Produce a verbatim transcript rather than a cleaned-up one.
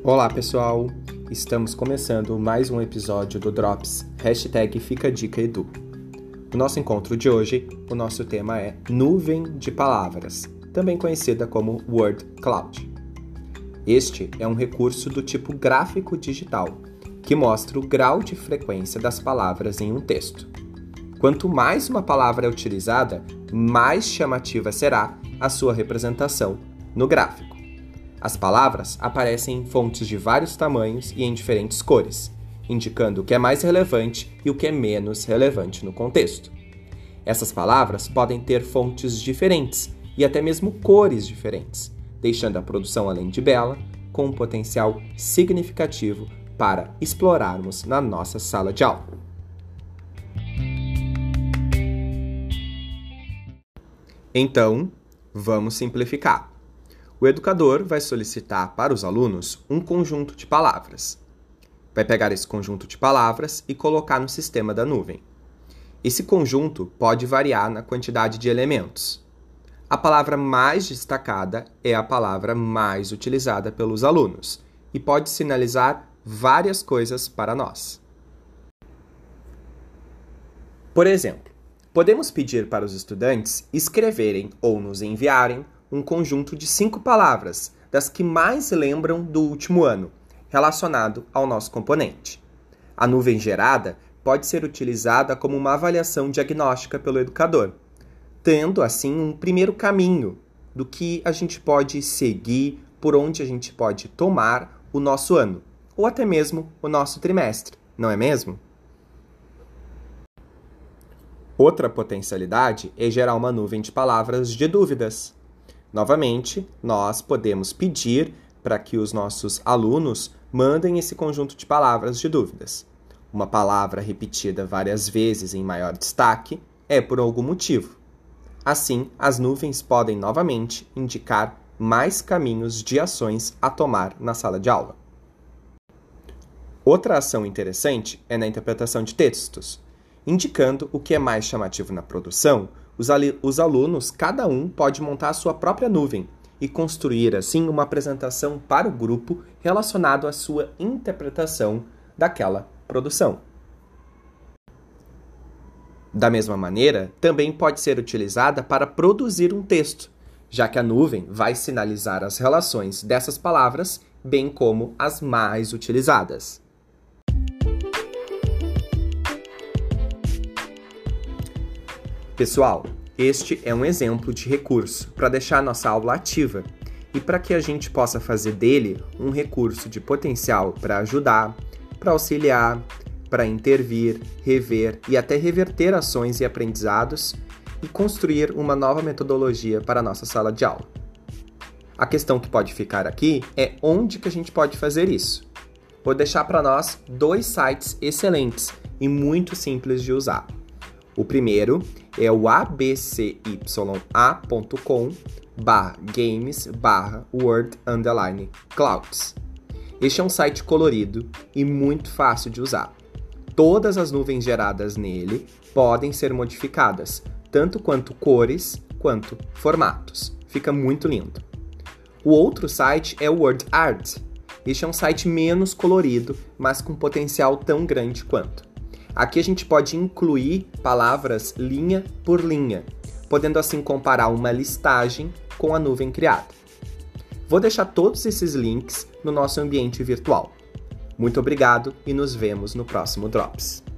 Olá pessoal, estamos começando mais um episódio do Drops, hashtag Fica a Dica Edu. No nosso encontro de hoje, o nosso tema é Nuvem de Palavras, também conhecida como Word Cloud. Este é um recurso do tipo gráfico digital, que mostra o grau de frequência das palavras em um texto. Quanto mais uma palavra é utilizada, mais chamativa será a sua representação no gráfico. As palavras aparecem em fontes de vários tamanhos e em diferentes cores, indicando o que é mais relevante e o que é menos relevante no contexto. Essas palavras podem ter fontes diferentes e até mesmo cores diferentes, deixando a produção, além de bela, com um potencial significativo para explorarmos na nossa sala de aula. Então, vamos simplificar. O educador vai solicitar para os alunos um conjunto de palavras. Vai pegar esse conjunto de palavras e colocar no sistema da nuvem. Esse conjunto pode variar na quantidade de elementos. A palavra mais destacada é a palavra mais utilizada pelos alunos e pode sinalizar várias coisas para nós. Por exemplo, podemos pedir para os estudantes escreverem ou nos enviarem um conjunto de cinco palavras, das que mais lembram do último ano, relacionado ao nosso componente. A nuvem gerada pode ser utilizada como uma avaliação diagnóstica pelo educador, tendo assim um primeiro caminho do que a gente pode seguir, por onde a gente pode tomar o nosso ano, ou até mesmo o nosso trimestre, não é mesmo? Outra potencialidade é gerar uma nuvem de palavras de dúvidas. Novamente, nós podemos pedir para que os nossos alunos mandem esse conjunto de palavras de dúvidas. Uma palavra repetida várias vezes em maior destaque é por algum motivo. Assim, as nuvens podem novamente indicar mais caminhos de ações a tomar na sala de aula. Outra ação interessante é na interpretação de textos, indicando o que é mais chamativo na produção. Os, os alunos, cada um, pode montar a sua própria nuvem e construir, assim, uma apresentação para o grupo relacionado à sua interpretação daquela produção. Da mesma maneira, também pode ser utilizada para produzir um texto, já que a nuvem vai sinalizar as relações dessas palavras, bem como as mais utilizadas. Pessoal, este é um exemplo de recurso para deixar nossa aula ativa e para que a gente possa fazer dele um recurso de potencial para ajudar, para auxiliar, para intervir, rever e até reverter ações e aprendizados e construir uma nova metodologia para a nossa sala de aula. A questão que pode ficar aqui é onde que a gente pode fazer isso. Vou deixar para nós dois sites excelentes e muito simples de usar. O primeiro é o abcya ponto com barra games barra word underline clouds. Este é um site colorido e muito fácil de usar. Todas as nuvens geradas nele podem ser modificadas, tanto quanto cores quanto formatos. Fica muito lindo. O outro site é o WordArt. Este é um site menos colorido, mas com potencial tão grande quanto. Aqui a gente pode incluir palavras linha por linha, podendo assim comparar uma listagem com a nuvem criada. Vou deixar todos esses links no nosso ambiente virtual. Muito obrigado e nos vemos no próximo Drops.